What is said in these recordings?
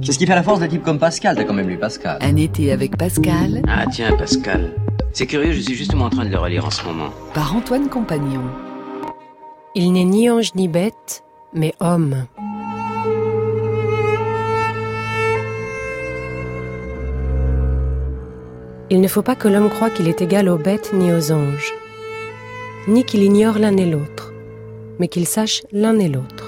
C'est ce qui fait la force de types comme Pascal, t'as quand même lu Pascal. Un été avec Pascal. Ah tiens, Pascal. C'est curieux, je suis justement en train de le relire en ce moment. Par Antoine Compagnon. Il n'est ni ange ni bête, mais homme. Il ne faut pas que l'homme croie qu'il est égal aux bêtes ni aux anges, ni qu'il ignore l'un et l'autre, mais qu'il sache l'un et l'autre.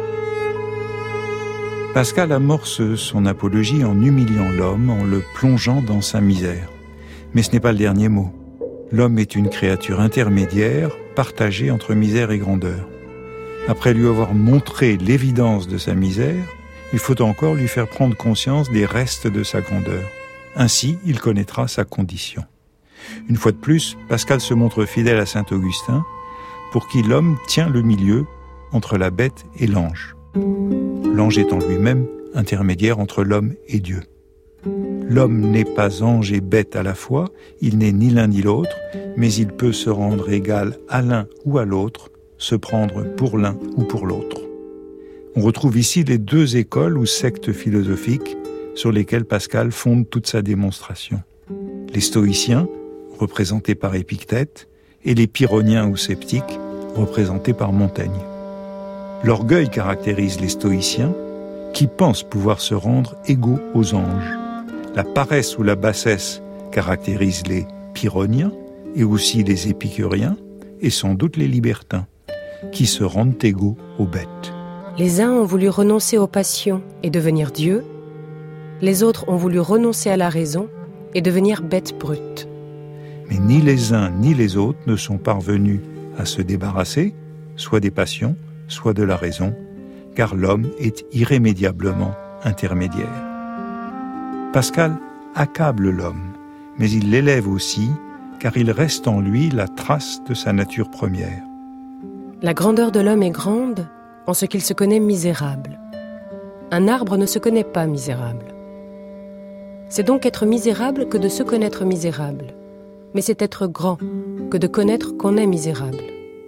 Pascal amorce son apologie en humiliant l'homme, en le plongeant dans sa misère. Mais ce n'est pas le dernier mot. L'homme est une créature intermédiaire, partagée entre misère et grandeur. Après lui avoir montré l'évidence de sa misère, il faut encore lui faire prendre conscience des restes de sa grandeur. Ainsi, il connaîtra sa condition. Une fois de plus, Pascal se montre fidèle à saint Augustin, pour qui l'homme tient le milieu entre la bête et l'ange. L'ange étant lui-même intermédiaire entre l'homme et Dieu. L'homme n'est pas ange et bête à la fois, il n'est ni l'un ni l'autre, mais il peut se rendre égal à l'un ou à l'autre, se prendre pour l'un ou pour l'autre. On retrouve ici les deux écoles ou sectes philosophiques sur lesquelles Pascal fonde toute sa démonstration. Les stoïciens, représentés par Épictète, et les pyrrhoniens ou sceptiques, représentés par Montaigne. L'orgueil caractérise les stoïciens, qui pensent pouvoir se rendre égaux aux anges. La paresse ou la bassesse caractérise les pyrrhoniens, et aussi les épicuriens, et sans doute les libertins, qui se rendent égaux aux bêtes. Les uns ont voulu renoncer aux passions et devenir Dieu, les autres ont voulu renoncer à la raison et devenir bêtes brutes. Mais ni les uns ni les autres ne sont parvenus à se débarrasser, soit des passions, soit de la raison, car l'homme est irrémédiablement intermédiaire. Pascal accable l'homme, mais il l'élève aussi, car il reste en lui la trace de sa nature première. La grandeur de l'homme est grande en ce qu'il se connaît misérable. Un arbre ne se connaît pas misérable. C'est donc être misérable que de se connaître misérable. Mais c'est être grand que de connaître qu'on est misérable.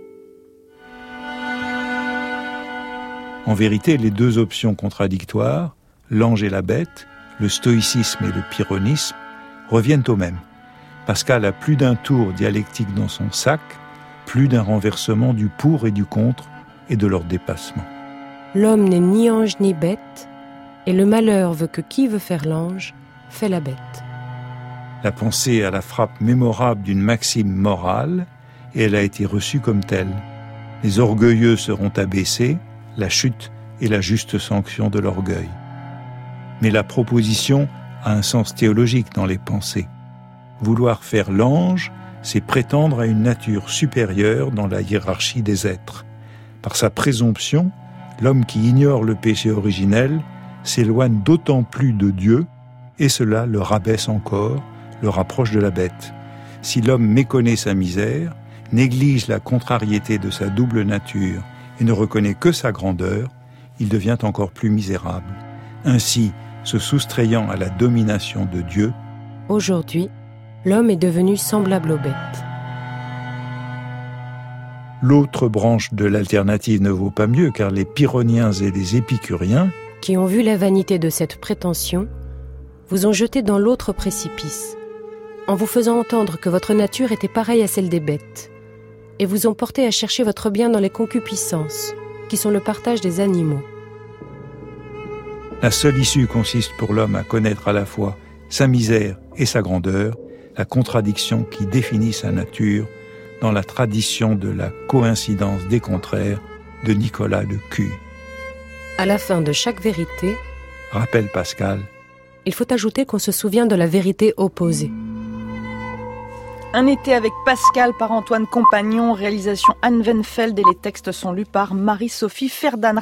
En vérité, les deux options contradictoires, l'ange et la bête, le stoïcisme et le pyrrhonisme, reviennent au même. Pascal a plus d'un tour dialectique dans son sac, plus d'un renversement du pour et du contre et de leur dépassement. L'homme n'est ni ange ni bête, et le malheur veut que qui veut faire l'ange fait la bête. La pensée a la frappe mémorable d'une maxime morale, et elle a été reçue comme telle. Les orgueilleux seront abaissés, la chute est la juste sanction de l'orgueil. Mais la proposition a un sens théologique dans les pensées. Vouloir faire l'ange, c'est prétendre à une nature supérieure dans la hiérarchie des êtres. Par sa présomption, l'homme qui ignore le péché originel s'éloigne d'autant plus de Dieu, et cela le rabaisse encore, le rapproche de la bête. Si l'homme méconnaît sa misère, néglige la contrariété de sa double nature et ne reconnaît que sa grandeur, il devient encore plus misérable. Ainsi, se soustrayant à la domination de Dieu, aujourd'hui, l'homme est devenu semblable aux bêtes. L'autre branche de l'alternative ne vaut pas mieux, car les pyrrhoniens et les épicuriens, qui ont vu la vanité de cette prétention, vous ont jeté dans l'autre précipice, en vous faisant entendre que votre nature était pareille à celle des bêtes, et vous ont porté à chercher votre bien dans les concupiscences, qui sont le partage des animaux. La seule issue consiste pour l'homme à connaître à la fois sa misère et sa grandeur, la contradiction qui définit sa nature dans la tradition de la coïncidence des contraires de Nicolas de Cues. À la fin de chaque vérité, rappelle Pascal, il faut ajouter qu'on se souvient de la vérité opposée. Un été avec Pascal par Antoine Compagnon, réalisation Anne Venfeld, et les textes sont lus par Marie-Sophie Ferdan.